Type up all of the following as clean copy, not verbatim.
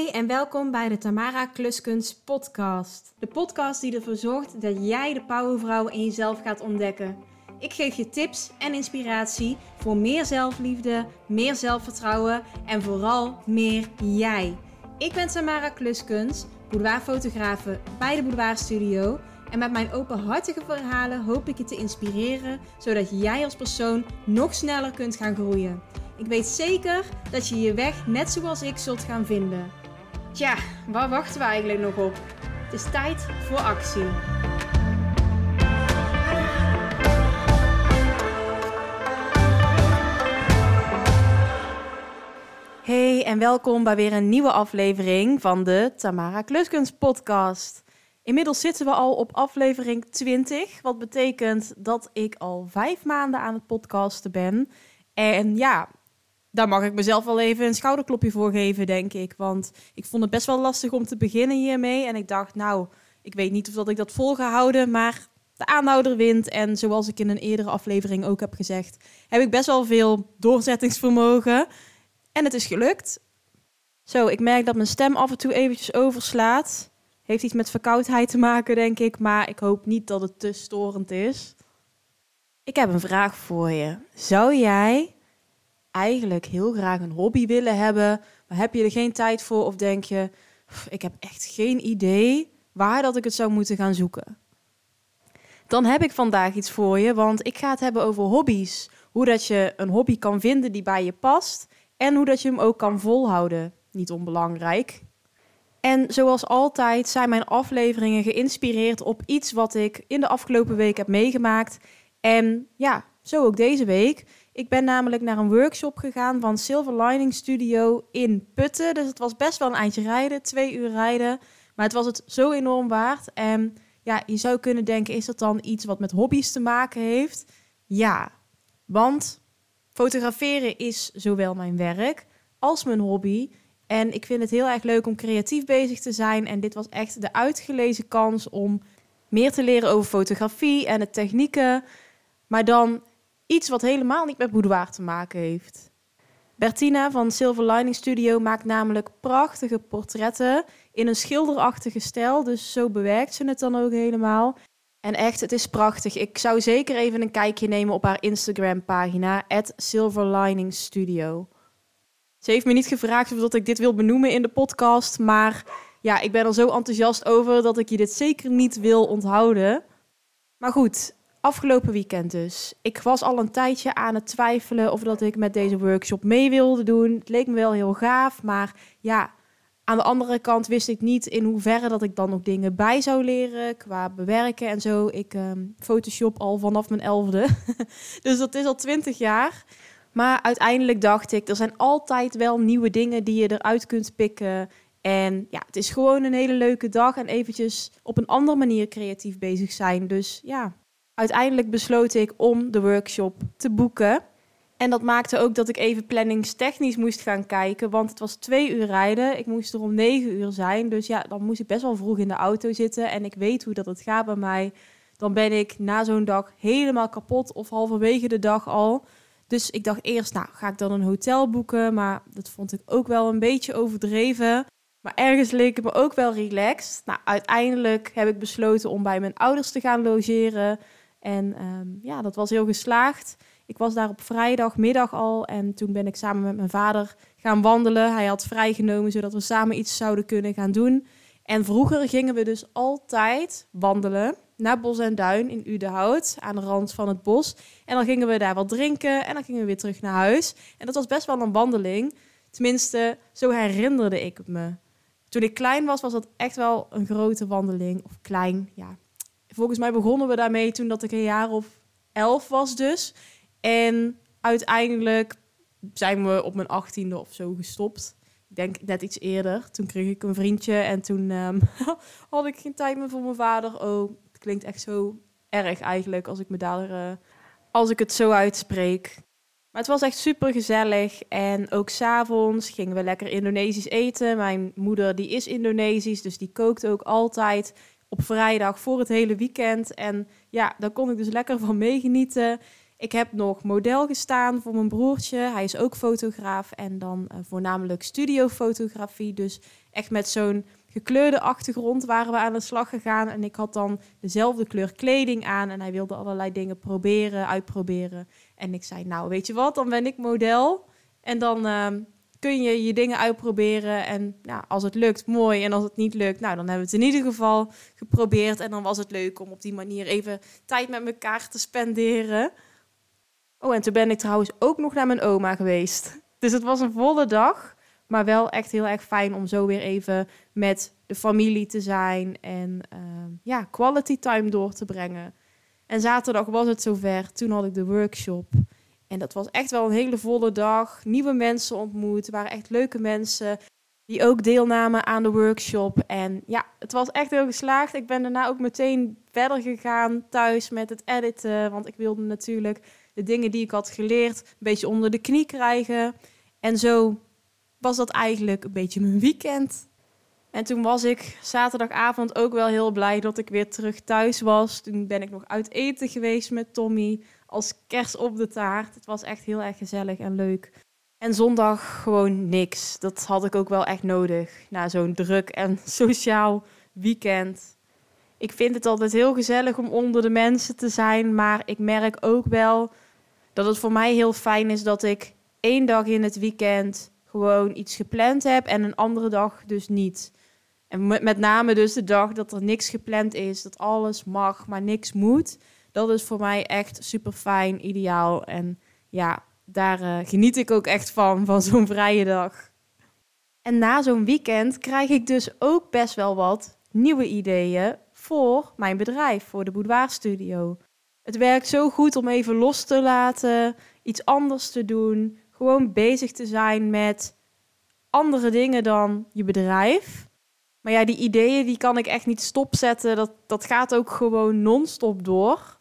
Hey en welkom bij de Tamara Kluskunst podcast. De podcast die ervoor zorgt dat jij de powervrouw in jezelf gaat ontdekken. Ik geef je tips en inspiratie voor meer zelfliefde, meer zelfvertrouwen en vooral meer jij. Ik ben Tamara Kluskunst, boudoirfotografe bij de Boudoir Studio. En met mijn openhartige verhalen hoop ik je te inspireren, zodat jij als persoon nog sneller kunt gaan groeien. Ik weet zeker dat je je weg net zoals ik zult gaan vinden. Tja, waar wachten we eigenlijk nog op? Het is tijd voor actie. Hey en welkom bij weer een nieuwe aflevering van de Tamara Kluskunst podcast. Inmiddels zitten we al op aflevering 20, wat betekent dat ik al 5 maanden aan het podcasten ben. En ja, daar mag ik mezelf wel even een schouderklopje voor geven, denk ik. Want ik vond het best wel lastig om te beginnen hiermee. En ik dacht, ik weet niet of dat ik dat vol ga houden, maar de aanhouder wint. En zoals ik in een eerdere aflevering ook heb gezegd, heb ik best wel veel doorzettingsvermogen. En het is gelukt. Zo, ik merk dat mijn stem af en toe eventjes overslaat. Heeft iets met verkoudheid te maken, denk ik. Maar ik hoop niet dat het te storend is. Ik heb een vraag voor je. Zou jij eigenlijk heel graag een hobby willen hebben, maar heb je er geen tijd voor? Of denk je, ik heb echt geen idee waar dat ik het zou moeten gaan zoeken? Dan heb ik vandaag iets voor je, want ik ga het hebben over hobby's. Hoe dat je een hobby kan vinden die bij je past en hoe dat je hem ook kan volhouden. Niet onbelangrijk. En zoals altijd zijn mijn afleveringen geïnspireerd op iets wat ik in de afgelopen week heb meegemaakt. En ja, zo ook deze week. Ik ben namelijk naar een workshop gegaan van Silver Lining Studio in Putten. Dus het was best wel een eindje rijden, 2 uur rijden. Maar het was het zo enorm waard. En ja, je zou kunnen denken, is dat dan iets wat met hobby's te maken heeft? Ja, want fotograferen is zowel mijn werk als mijn hobby. En ik vind het heel erg leuk om creatief bezig te zijn. En dit was echt de uitgelezen kans om meer te leren over fotografie en de technieken. Maar dan iets wat helemaal niet met boudoir te maken heeft. Bertina van Silver Lining Studio maakt namelijk prachtige portretten in een schilderachtige stijl. Dus zo bewerkt ze het dan ook helemaal. En echt, het is prachtig. Ik zou zeker even een kijkje nemen op haar Instagram-pagina, @silverliningstudio. Ze heeft me niet gevraagd of dat ik dit wil benoemen in de podcast. Maar ja, ik ben er zo enthousiast over dat ik je dit zeker niet wil onthouden. Maar goed, afgelopen weekend dus. Ik was al een tijdje aan het twijfelen of dat ik met deze workshop mee wilde doen. Het leek me wel heel gaaf, maar ja, aan de andere kant wist ik niet in hoeverre dat ik dan nog dingen bij zou leren qua bewerken en zo. Ik Photoshop al vanaf mijn 11e, dus dat is al 20 jaar. Maar uiteindelijk dacht ik, er zijn altijd wel nieuwe dingen die je eruit kunt pikken. En ja, het is gewoon een hele leuke dag en eventjes op een andere manier creatief bezig zijn. Dus ja, uiteindelijk besloot ik om de workshop te boeken. En dat maakte ook dat ik even planningstechnisch moest gaan kijken. Want het was 2 uur rijden. Ik moest er om 9 uur zijn. Dus ja, dan moest ik best wel vroeg in de auto zitten. En ik weet hoe dat het gaat bij mij. Dan ben ik na zo'n dag helemaal kapot of halverwege de dag al. Dus ik dacht eerst, ga ik dan een hotel boeken? Maar dat vond ik ook wel een beetje overdreven. Maar ergens leek het me ook wel relaxed. Uiteindelijk heb ik besloten om bij mijn ouders te gaan logeren. En dat was heel geslaagd. Ik was daar op vrijdagmiddag al en toen ben ik samen met mijn vader gaan wandelen. Hij had vrijgenomen zodat we samen iets zouden kunnen gaan doen. En vroeger gingen we dus altijd wandelen naar Bos en Duin in Udenhout, aan de rand van het bos. En dan gingen we daar wat drinken en dan gingen we weer terug naar huis. En dat was best wel een wandeling. Tenminste, zo herinnerde ik het me. Toen ik klein was, was dat echt wel een grote wandeling. Of klein, ja. Volgens mij begonnen we daarmee toen dat ik een jaar of 11 was dus. En uiteindelijk zijn we op mijn 18e of zo gestopt. Ik denk net iets eerder. Toen kreeg ik een vriendje en toen had ik geen tijd meer voor mijn vader. Oh, het klinkt echt zo erg eigenlijk als ik het zo uitspreek. Maar het was echt super gezellig. En ook 's avonds gingen we lekker Indonesisch eten. Mijn moeder die is Indonesisch, dus die kookt ook altijd op vrijdag voor het hele weekend. En ja, daar kon ik dus lekker van meegenieten. Ik heb nog model gestaan voor mijn broertje. Hij is ook fotograaf en dan voornamelijk studiofotografie. Dus echt met zo'n gekleurde achtergrond waren we aan de slag gegaan. En ik had dan dezelfde kleur kleding aan en hij wilde allerlei dingen uitproberen. En ik zei, nou weet je wat, dan ben ik model. En dan kun je je dingen uitproberen. En ja, als het lukt, mooi. En als het niet lukt, nou dan hebben we het in ieder geval geprobeerd. En dan was het leuk om op die manier even tijd met elkaar te spenderen. Oh, en toen ben ik trouwens ook nog naar mijn oma geweest. Dus het was een volle dag, maar wel echt heel erg fijn om zo weer even met de familie te zijn en quality time door te brengen. En zaterdag was het zover, toen had ik de workshop. En dat was echt wel een hele volle dag, nieuwe mensen ontmoet, het waren echt leuke mensen die ook deelnamen aan de workshop. En ja, het was echt heel geslaagd. Ik ben daarna ook meteen verder gegaan thuis met het editen, want ik wilde natuurlijk de dingen die ik had geleerd een beetje onder de knie krijgen. En zo was dat eigenlijk een beetje mijn weekend. En toen was ik zaterdagavond ook wel heel blij dat ik weer terug thuis was. Toen ben ik nog uit eten geweest met Tommy als kers op de taart. Het was echt heel erg gezellig en leuk. En zondag gewoon niks. Dat had ik ook wel echt nodig na zo'n druk en sociaal weekend. Ik vind het altijd heel gezellig om onder de mensen te zijn, maar ik merk ook wel dat het voor mij heel fijn is dat ik 1 dag in het weekend gewoon iets gepland heb en een andere dag dus niet. En met name dus de dag dat er niks gepland is, dat alles mag, maar niks moet. Dat is voor mij echt super fijn, ideaal. En ja, daar geniet ik ook echt van zo'n vrije dag. En na zo'n weekend krijg ik dus ook best wel wat nieuwe ideeën voor mijn bedrijf, voor de Boudoir Studio. Het werkt zo goed om even los te laten, iets anders te doen, gewoon bezig te zijn met andere dingen dan je bedrijf. Maar ja, die ideeën die kan ik echt niet stopzetten. Dat gaat ook gewoon non-stop door.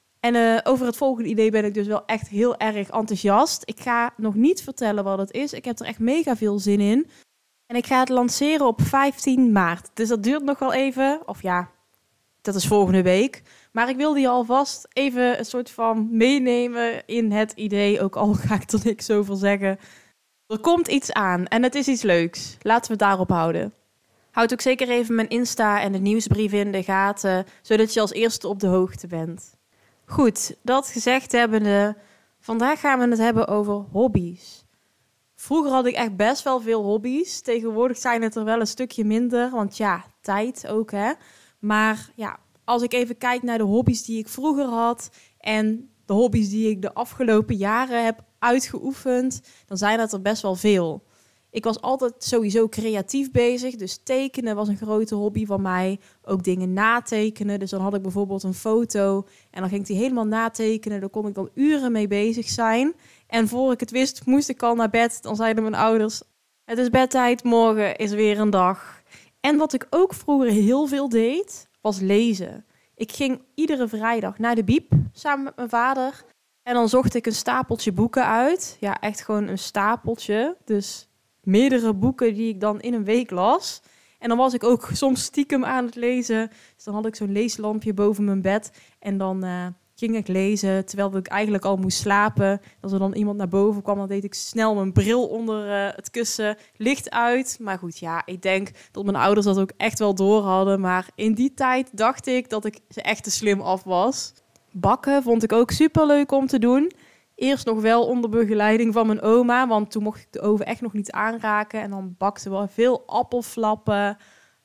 En over het volgende idee ben ik dus wel echt heel erg enthousiast. Ik ga nog niet vertellen wat het is. Ik heb er echt mega veel zin in. En ik ga het lanceren op 15 maart. Dus dat duurt nog wel even. Of ja, dat is volgende week. Maar ik wilde je alvast even een soort van meenemen in het idee. Ook al ga ik er niks over zeggen. Er komt iets aan en het is iets leuks. Laten we het daarop houden. Houd ook zeker even mijn Insta en de nieuwsbrief in de gaten, zodat je als eerste op de hoogte bent. Goed, dat gezegd hebbende, vandaag gaan we het hebben over hobby's. Vroeger had ik echt best wel veel hobby's. Tegenwoordig zijn het er wel een stukje minder, want ja, tijd ook hè. Maar ja, als ik even kijk naar de hobby's die ik vroeger had en de hobby's die ik de afgelopen jaren heb uitgeoefend, dan zijn dat er best wel veel. Ik was altijd sowieso creatief bezig, dus tekenen was een grote hobby van mij. Ook dingen natekenen, dus dan had ik bijvoorbeeld een foto en dan ging ik die helemaal natekenen. Daar kon ik dan uren mee bezig zijn. En voor ik het wist, moest ik al naar bed. Dan zeiden mijn ouders, het is bedtijd, morgen is weer een dag. En wat ik ook vroeger heel veel deed, was lezen. Ik ging iedere vrijdag naar de bieb, samen met mijn vader. En dan zocht ik een stapeltje boeken uit. Ja, echt gewoon een stapeltje. Dus meerdere boeken die ik dan in een week las. En dan was ik ook soms stiekem aan het lezen. Dus dan had ik zo'n leeslampje boven mijn bed. En dan ging ik lezen, terwijl ik eigenlijk al moest slapen. Als er dan iemand naar boven kwam, dan deed ik snel mijn bril onder het kussen. Licht uit. Maar goed, ja, ik denk dat mijn ouders dat ook echt wel door hadden. Maar in die tijd dacht ik dat ik ze echt te slim af was. Bakken vond ik ook superleuk om te doen. Eerst nog wel onder begeleiding van mijn oma, want toen mocht ik de oven echt nog niet aanraken. En dan bakten we veel appelflappen,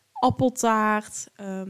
appeltaart,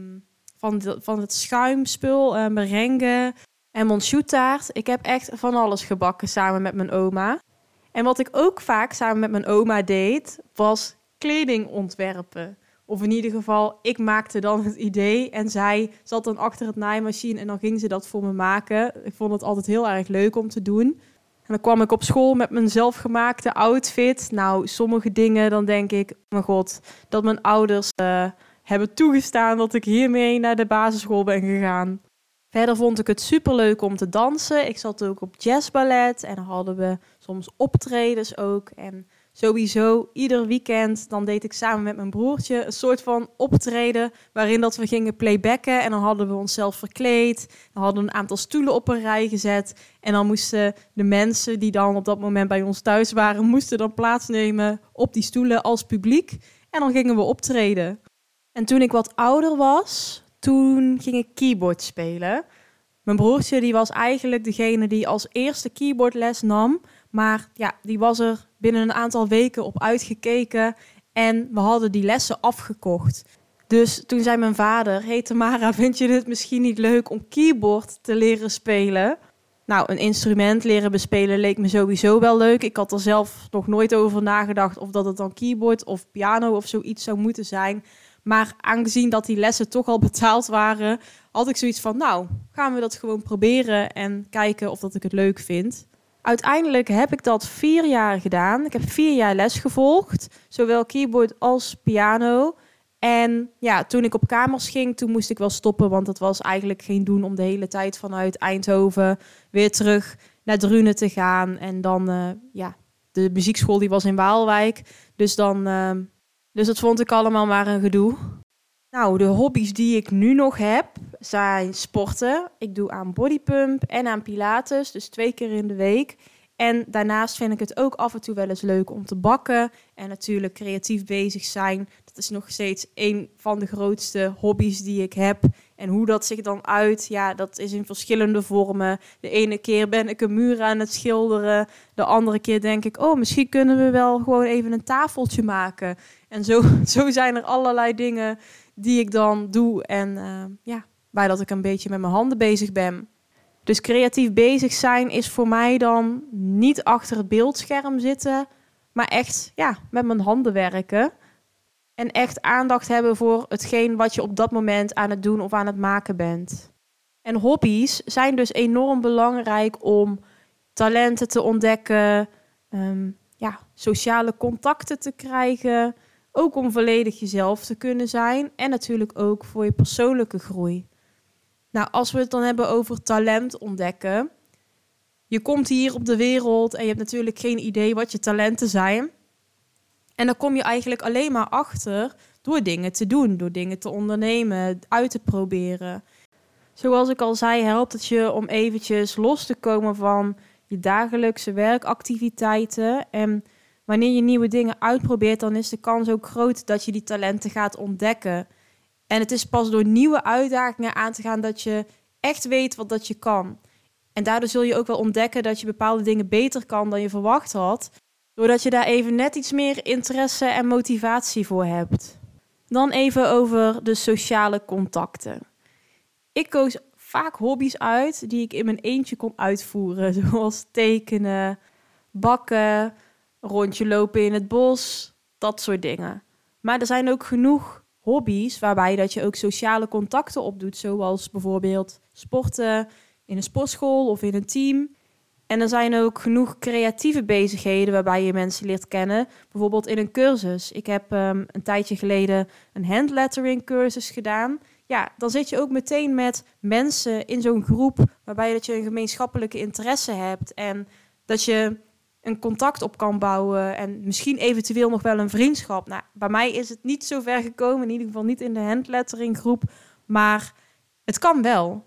van het schuimspul, merengue en monchoustaart. Ik heb echt van alles gebakken samen met mijn oma. En wat ik ook vaak samen met mijn oma deed, was kleding ontwerpen. Of in ieder geval, ik maakte dan het idee en zij zat dan achter het naaimachine en dan ging ze dat voor me maken. Ik vond het altijd heel erg leuk om te doen. En dan kwam ik op school met mijn zelfgemaakte outfit. Nou, sommige dingen, dan denk ik, oh mijn god, dat mijn ouders hebben toegestaan dat ik hiermee naar de basisschool ben gegaan. Verder vond ik het superleuk om te dansen. Ik zat ook op jazzballet en dan hadden we soms optredens ook. En sowieso ieder weekend, dan deed ik samen met mijn broertje een soort van optreden waarin dat we gingen playbacken en dan hadden we onszelf verkleed. Dan hadden we een aantal stoelen op een rij gezet en dan moesten de mensen die dan op dat moment bij ons thuis waren, moesten dan plaatsnemen op die stoelen als publiek en dan gingen we optreden. En toen ik wat ouder was, toen ging ik keyboard spelen. Mijn broertje die was eigenlijk degene die als eerste keyboardles nam. Maar ja, die was er binnen een aantal weken op uitgekeken. En we hadden die lessen afgekocht. Dus toen zei mijn vader, hey Tamara, vind je het misschien niet leuk om keyboard te leren spelen? Nou, een instrument leren bespelen leek me sowieso wel leuk. Ik had er zelf nog nooit over nagedacht of dat het dan keyboard of piano of zoiets zou moeten zijn. Maar aangezien dat die lessen toch al betaald waren, had ik zoiets van, nou, gaan we dat gewoon proberen en kijken of dat ik het leuk vind. Uiteindelijk heb ik dat 4 jaar gedaan. Ik heb 4 jaar les gevolgd, zowel keyboard als piano. En ja, toen ik op kamers ging, toen moest ik wel stoppen, want het was eigenlijk geen doen om de hele tijd vanuit Eindhoven weer terug naar Drunen te gaan. En dan, de muziekschool die was in Waalwijk, dus dat vond ik allemaal maar een gedoe. Nou, de hobby's die ik nu nog heb zijn sporten. Ik doe aan bodypump en aan pilates, dus 2 keer in de week. En daarnaast vind ik het ook af en toe wel eens leuk om te bakken. En natuurlijk creatief bezig zijn. Dat is nog steeds een van de grootste hobby's die ik heb. En hoe dat zich dan uit, ja, dat is in verschillende vormen. De ene keer ben ik een muur aan het schilderen. De andere keer denk ik, oh, misschien kunnen we wel gewoon even een tafeltje maken. En zo zijn er allerlei dingen die ik dan doe. En waar dat ik een beetje met mijn handen bezig ben. Dus creatief bezig zijn is voor mij dan niet achter het beeldscherm zitten, maar echt met mijn handen werken. En echt aandacht hebben voor hetgeen wat je op dat moment aan het doen of aan het maken bent. En hobby's zijn dus enorm belangrijk om talenten te ontdekken, sociale contacten te krijgen, ook om volledig jezelf te kunnen zijn en natuurlijk ook voor je persoonlijke groei. Nou, als we het dan hebben over talent ontdekken. Je komt hier op de wereld en je hebt natuurlijk geen idee wat je talenten zijn. En dan kom je eigenlijk alleen maar achter door dingen te doen, door dingen te ondernemen, uit te proberen. Zoals ik al zei, helpt het je om eventjes los te komen van je dagelijkse werkactiviteiten. En wanneer je nieuwe dingen uitprobeert, dan is de kans ook groot dat je die talenten gaat ontdekken. En het is pas door nieuwe uitdagingen aan te gaan dat je echt weet wat dat je kan. En daardoor zul je ook wel ontdekken dat je bepaalde dingen beter kan dan je verwacht had. Doordat je daar even net iets meer interesse en motivatie voor hebt. Dan even over de sociale contacten. Ik koos vaak hobby's uit die ik in mijn eentje kon uitvoeren. Zoals tekenen, bakken, een rondje lopen in het bos, dat soort dingen. Maar er zijn ook genoeg hobby's waarbij dat je ook sociale contacten opdoet, zoals bijvoorbeeld sporten in een sportschool of in een team. En er zijn ook genoeg creatieve bezigheden waarbij je mensen leert kennen, bijvoorbeeld in een cursus. Ik heb een tijdje geleden een handlettering cursus gedaan. Ja, dan zit je ook meteen met mensen in zo'n groep waarbij dat je een gemeenschappelijke interesse hebt en dat je een contact op kan bouwen en misschien eventueel nog wel een vriendschap. Nou, bij mij is het niet zo ver gekomen, in ieder geval niet in de handlettering groep, maar het kan wel.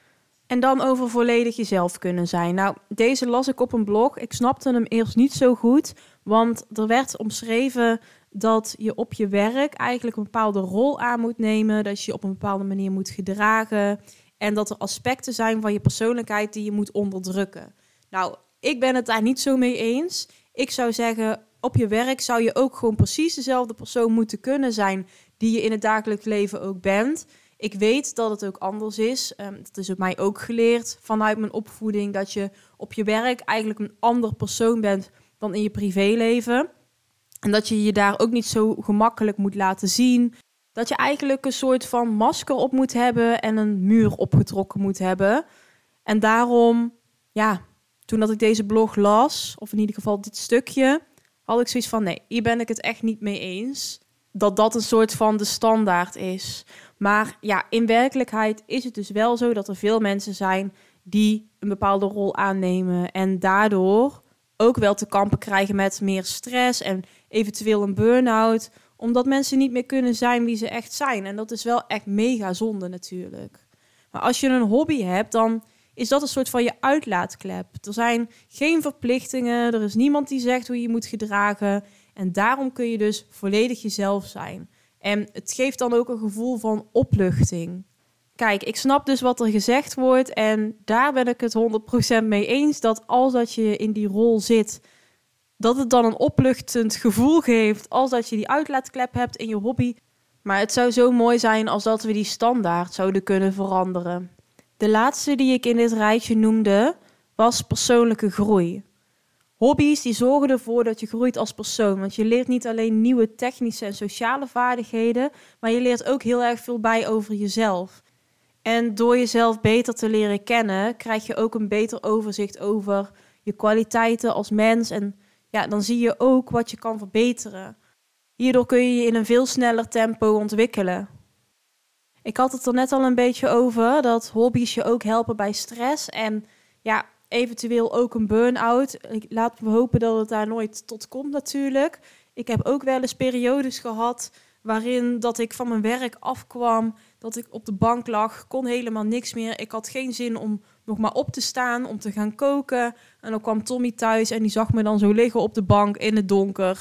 En dan over volledig jezelf kunnen zijn. Nou, deze las ik op een blog. Ik snapte hem eerst niet zo goed, want er werd omschreven dat je op je werk eigenlijk een bepaalde rol aan moet nemen, dat je op een bepaalde manier moet gedragen en dat er aspecten zijn van je persoonlijkheid die je moet onderdrukken. Nou, ik ben het daar niet zo mee eens. Ik zou zeggen, op je werk zou je ook gewoon precies dezelfde persoon moeten kunnen zijn die je in het dagelijks leven ook bent. Ik weet dat het ook anders is. Dat is op mij ook geleerd vanuit mijn opvoeding, dat je op je werk eigenlijk een ander persoon bent dan in je privéleven. En dat je je daar ook niet zo gemakkelijk moet laten zien. Dat je eigenlijk een soort van masker op moet hebben en een muur opgetrokken moet hebben. En daarom, toen dat ik deze blog las, of in ieder geval dit stukje, had ik zoiets van, nee, hier ben ik het echt niet mee eens. Dat een soort van de standaard is. Maar ja, in werkelijkheid is het dus wel zo dat er veel mensen zijn die een bepaalde rol aannemen en daardoor ook wel te kampen krijgen met meer stress en eventueel een burn-out, omdat mensen niet meer kunnen zijn wie ze echt zijn. En dat is wel echt mega zonde natuurlijk. Maar als je een hobby hebt, dan is dat een soort van je uitlaatklep. Er zijn geen verplichtingen, er is niemand die zegt hoe je moet gedragen. En daarom kun je dus volledig jezelf zijn. En het geeft dan ook een gevoel van opluchting. Kijk, ik snap dus wat er gezegd wordt en daar ben ik het 100% mee eens. Dat als dat je in die rol zit, dat het dan een opluchtend gevoel geeft als dat je die uitlaatklep hebt in je hobby. Maar het zou zo mooi zijn als dat we die standaard zouden kunnen veranderen. De laatste die ik in dit rijtje noemde was persoonlijke groei. Hobby's die zorgen ervoor dat je groeit als persoon. Want je leert niet alleen nieuwe technische en sociale vaardigheden, maar je leert ook heel erg veel bij over jezelf. En door jezelf beter te leren kennen, krijg je ook een beter overzicht over je kwaliteiten als mens. En ja, dan zie je ook wat je kan verbeteren. Hierdoor kun je je in een veel sneller tempo ontwikkelen. Ik had het er net al een beetje over dat hobby's je ook helpen bij stress en ja, eventueel ook een burn-out. Laten we hopen dat het daar nooit tot komt natuurlijk. Ik heb ook wel eens periodes gehad waarin dat ik van mijn werk afkwam, dat ik op de bank lag, kon helemaal niks meer. Ik had geen zin om nog maar op te staan, om te gaan koken. En dan kwam Tommy thuis en die zag me dan zo liggen op de bank in het donker.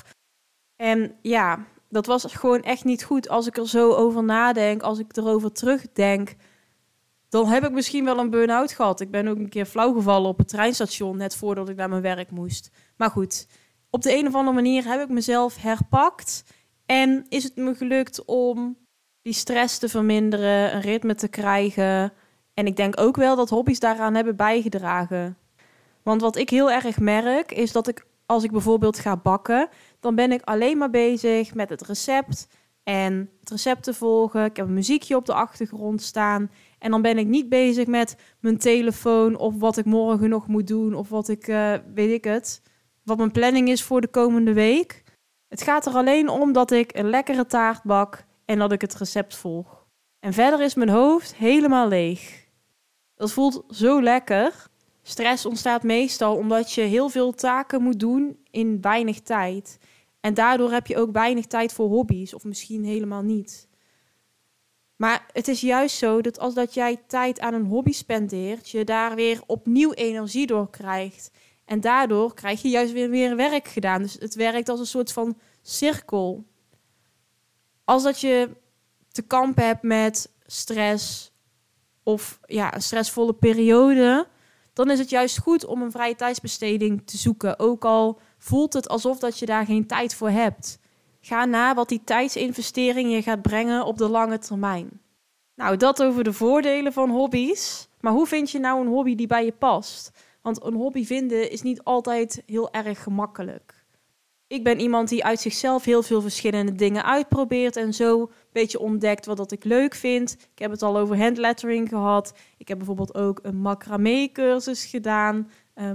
En ja, dat was gewoon echt niet goed. Als ik er zo over nadenk, als ik erover terugdenk, dan heb ik misschien wel een burn-out gehad. Ik ben ook een keer flauw gevallen op het treinstation, net voordat ik naar mijn werk moest. Maar goed, op de een of andere manier heb ik mezelf herpakt. En is het me gelukt om die stress te verminderen, een ritme te krijgen. En ik denk ook wel dat hobby's daaraan hebben bijgedragen. Want wat ik heel erg merk, is dat als ik bijvoorbeeld ga bakken, dan ben ik alleen maar bezig met het recept en het recept te volgen. Ik heb een muziekje op de achtergrond staan. En dan ben ik niet bezig met mijn telefoon of wat ik morgen nog moet doen of wat wat mijn planning is voor de komende week. Het gaat er alleen om dat ik een lekkere taart bak en dat ik het recept volg. En verder is mijn hoofd helemaal leeg. Dat voelt zo lekker. Stress ontstaat meestal omdat je heel veel taken moet doen in weinig tijd. En daardoor heb je ook weinig tijd voor hobby's, of misschien helemaal niet. Maar het is juist zo dat als dat jij tijd aan een hobby spendeert, je daar weer opnieuw energie door krijgt. En daardoor krijg je juist weer werk gedaan. Dus het werkt als een soort van cirkel. Als dat je te kampen hebt met stress of ja, een stressvolle periode, dan is het juist goed om een vrije tijdsbesteding te zoeken. Ook al voelt het alsof dat je daar geen tijd voor hebt. Ga na wat die tijdsinvestering je gaat brengen op de lange termijn. Nou, dat over de voordelen van hobby's. Maar hoe vind je nou een hobby die bij je past? Want een hobby vinden is niet altijd heel erg gemakkelijk. Ik ben iemand die uit zichzelf heel veel verschillende dingen uitprobeert en zo een beetje ontdekt wat dat ik leuk vind. Ik heb het al over handlettering gehad. Ik heb bijvoorbeeld ook een macramé cursus gedaan.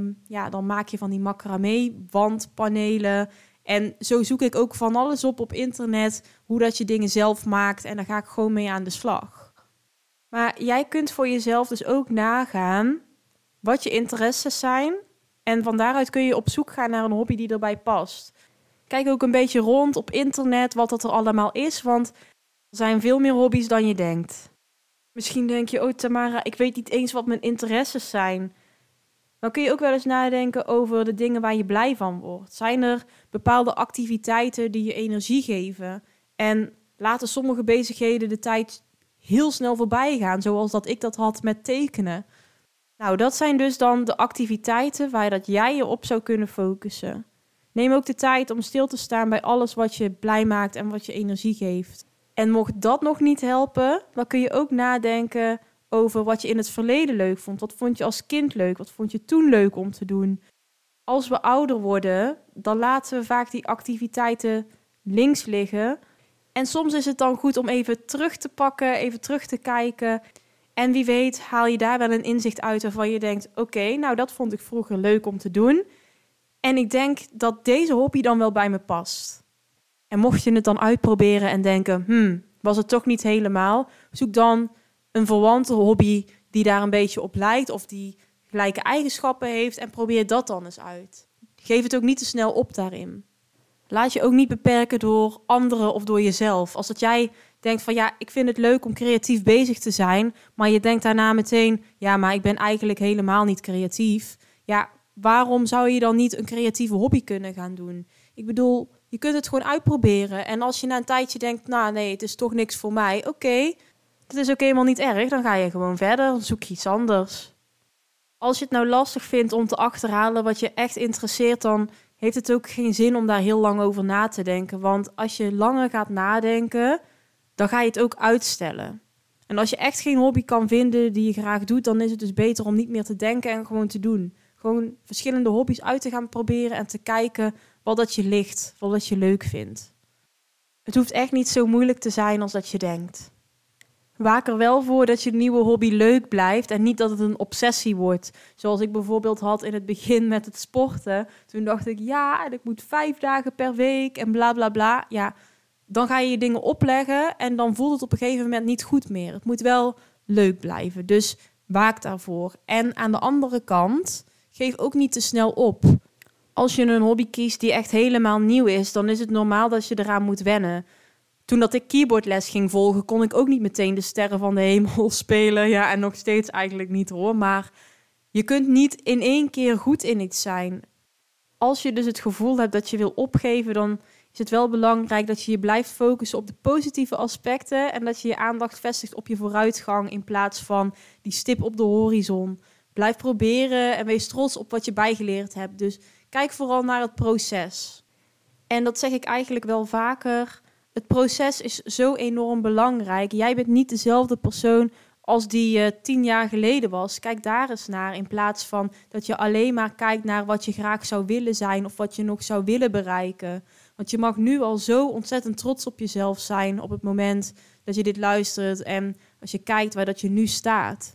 Dan maak je van die macramé wandpanelen. En zo zoek ik ook van alles op internet, hoe dat je dingen zelf maakt. En daar ga ik gewoon mee aan de slag. Maar jij kunt voor jezelf dus ook nagaan wat je interesses zijn. En van daaruit kun je op zoek gaan naar een hobby die erbij past. Kijk ook een beetje rond op internet wat dat er allemaal is, want er zijn veel meer hobby's dan je denkt. Misschien denk je, oh Tamara, ik weet niet eens wat mijn interesses zijn. Dan kun je ook wel eens nadenken over de dingen waar je blij van wordt. Zijn er bepaalde activiteiten die je energie geven? En laten sommige bezigheden de tijd heel snel voorbij gaan, zoals dat ik dat had met tekenen. Nou, dat zijn dus dan de activiteiten waar dat jij je op zou kunnen focussen. Neem ook de tijd om stil te staan bij alles wat je blij maakt en wat je energie geeft. En mocht dat nog niet helpen, dan kun je ook nadenken over wat je in het verleden leuk vond. Wat vond je als kind leuk? Wat vond je toen leuk om te doen? Als we ouder worden, dan laten we vaak die activiteiten links liggen. En soms is het dan goed om even terug te pakken, even terug te kijken. En wie weet haal je daar wel een inzicht uit waarvan je denkt, oké, nou dat vond ik vroeger leuk om te doen. En ik denk dat deze hobby dan wel bij me past. En mocht je het dan uitproberen en denken, was het toch niet helemaal, zoek dan een verwante hobby die daar een beetje op lijkt of die gelijke eigenschappen heeft en probeer dat dan eens uit. Geef het ook niet te snel op daarin. Laat je ook niet beperken door anderen of door jezelf. Als dat jij denkt van ja, ik vind het leuk om creatief bezig te zijn, maar je denkt daarna meteen, ja, maar ik ben eigenlijk helemaal niet creatief. Ja, waarom zou je dan niet een creatieve hobby kunnen gaan doen? Ik bedoel, je kunt het gewoon uitproberen. En als je na een tijdje denkt, nou nee, het is toch niks voor mij. Oké, het is ook helemaal niet erg. Dan ga je gewoon verder, dan zoek je iets anders. Als je het nou lastig vindt om te achterhalen wat je echt interesseert, dan heeft het ook geen zin om daar heel lang over na te denken. Want als je langer gaat nadenken, dan ga je het ook uitstellen. En als je echt geen hobby kan vinden die je graag doet, dan is het dus beter om niet meer te denken en gewoon te doen. Gewoon verschillende hobby's uit te gaan proberen en te kijken wat dat je ligt, wat dat je leuk vindt. Het hoeft echt niet zo moeilijk te zijn als dat je denkt. Waak er wel voor dat je nieuwe hobby leuk blijft en niet dat het een obsessie wordt. Zoals ik bijvoorbeeld had in het begin met het sporten. Toen dacht ik, ja, en ik moet 5 dagen per week en bla bla bla. Ja, dan ga je dingen opleggen en dan voelt het op een gegeven moment niet goed meer. Het moet wel leuk blijven, dus waak daarvoor. En aan de andere kant, geef ook niet te snel op. Als je een hobby kiest die echt helemaal nieuw is, dan is het normaal dat je eraan moet wennen. Toen dat ik keyboardles ging volgen, kon ik ook niet meteen de sterren van de hemel spelen. Ja, en nog steeds eigenlijk niet hoor. Maar je kunt niet in 1 keer goed in iets zijn. Als je dus het gevoel hebt dat je wil opgeven, dan is het wel belangrijk dat je je blijft focussen op de positieve aspecten. En dat je je aandacht vestigt op je vooruitgang in plaats van die stip op de horizon. Blijf proberen en wees trots op wat je bijgeleerd hebt. Dus kijk vooral naar het proces. En dat zeg ik eigenlijk wel vaker. Het proces is zo enorm belangrijk. Jij bent niet dezelfde persoon als die 10 jaar geleden was. Kijk daar eens naar in plaats van dat je alleen maar kijkt naar wat je graag zou willen zijn of wat je nog zou willen bereiken. Want je mag nu al zo ontzettend trots op jezelf zijn op het moment dat je dit luistert en als je kijkt waar dat je nu staat.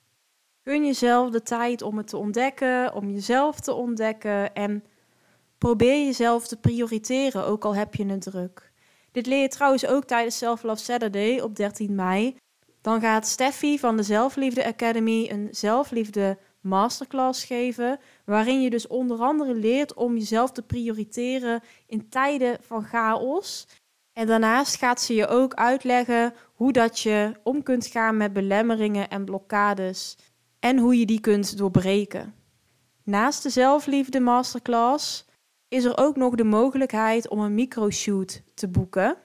Gun jezelf de tijd om het te ontdekken, om jezelf te ontdekken en probeer jezelf te prioriteren, ook al heb je het druk. Dit leer je trouwens ook tijdens Self Love Saturday op 13 mei. Dan gaat Steffi van de Zelfliefde Academy een zelfliefde masterclass geven, waarin je dus onder andere leert om jezelf te prioriteren in tijden van chaos. En daarnaast gaat ze je ook uitleggen hoe dat je om kunt gaan met belemmeringen en blokkades en hoe je die kunt doorbreken. Naast de Zelfliefde Masterclass is er ook nog de mogelijkheid om een microshoot te boeken.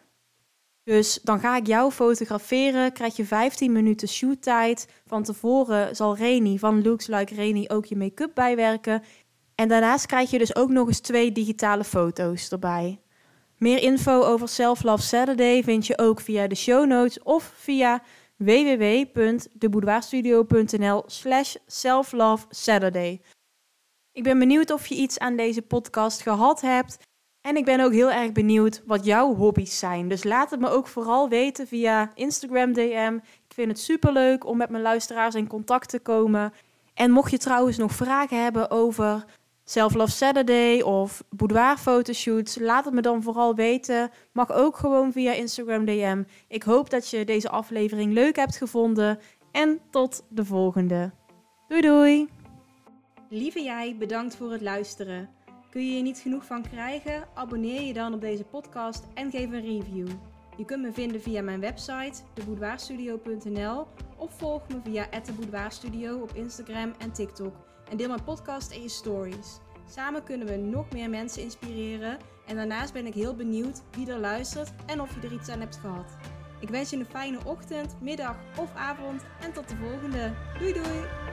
Dus dan ga ik jou fotograferen, krijg je 15 minuten shoottijd. Van tevoren zal Reni van Looks Like Reni ook je make-up bijwerken. En daarnaast krijg je dus ook nog eens 2 digitale foto's erbij. Meer info over Self Love Saturday vind je ook via de show notes of via www.deboudoirstudio.nl/selflovesaturday. Ik ben benieuwd of je iets aan deze podcast gehad hebt. En ik ben ook heel erg benieuwd wat jouw hobby's zijn. Dus laat het me ook vooral weten via Instagram DM. Ik vind het superleuk om met mijn luisteraars in contact te komen. En mocht je trouwens nog vragen hebben over Self Love Saturday of boudoir fotoshoots, laat het me dan vooral weten. Mag ook gewoon via Instagram DM. Ik hoop dat je deze aflevering leuk hebt gevonden. En tot de volgende. Doei doei! Lieve jij, bedankt voor het luisteren. Kun je er niet genoeg van krijgen? Abonneer je dan op deze podcast en geef een review. Je kunt me vinden via mijn website, deboudoirstudio.nl of volg me via @deboudoirstudio op Instagram en TikTok. En deel mijn podcast en je stories. Samen kunnen we nog meer mensen inspireren. En daarnaast ben ik heel benieuwd wie er luistert en of je er iets aan hebt gehad. Ik wens je een fijne ochtend, middag of avond en tot de volgende. Doei doei!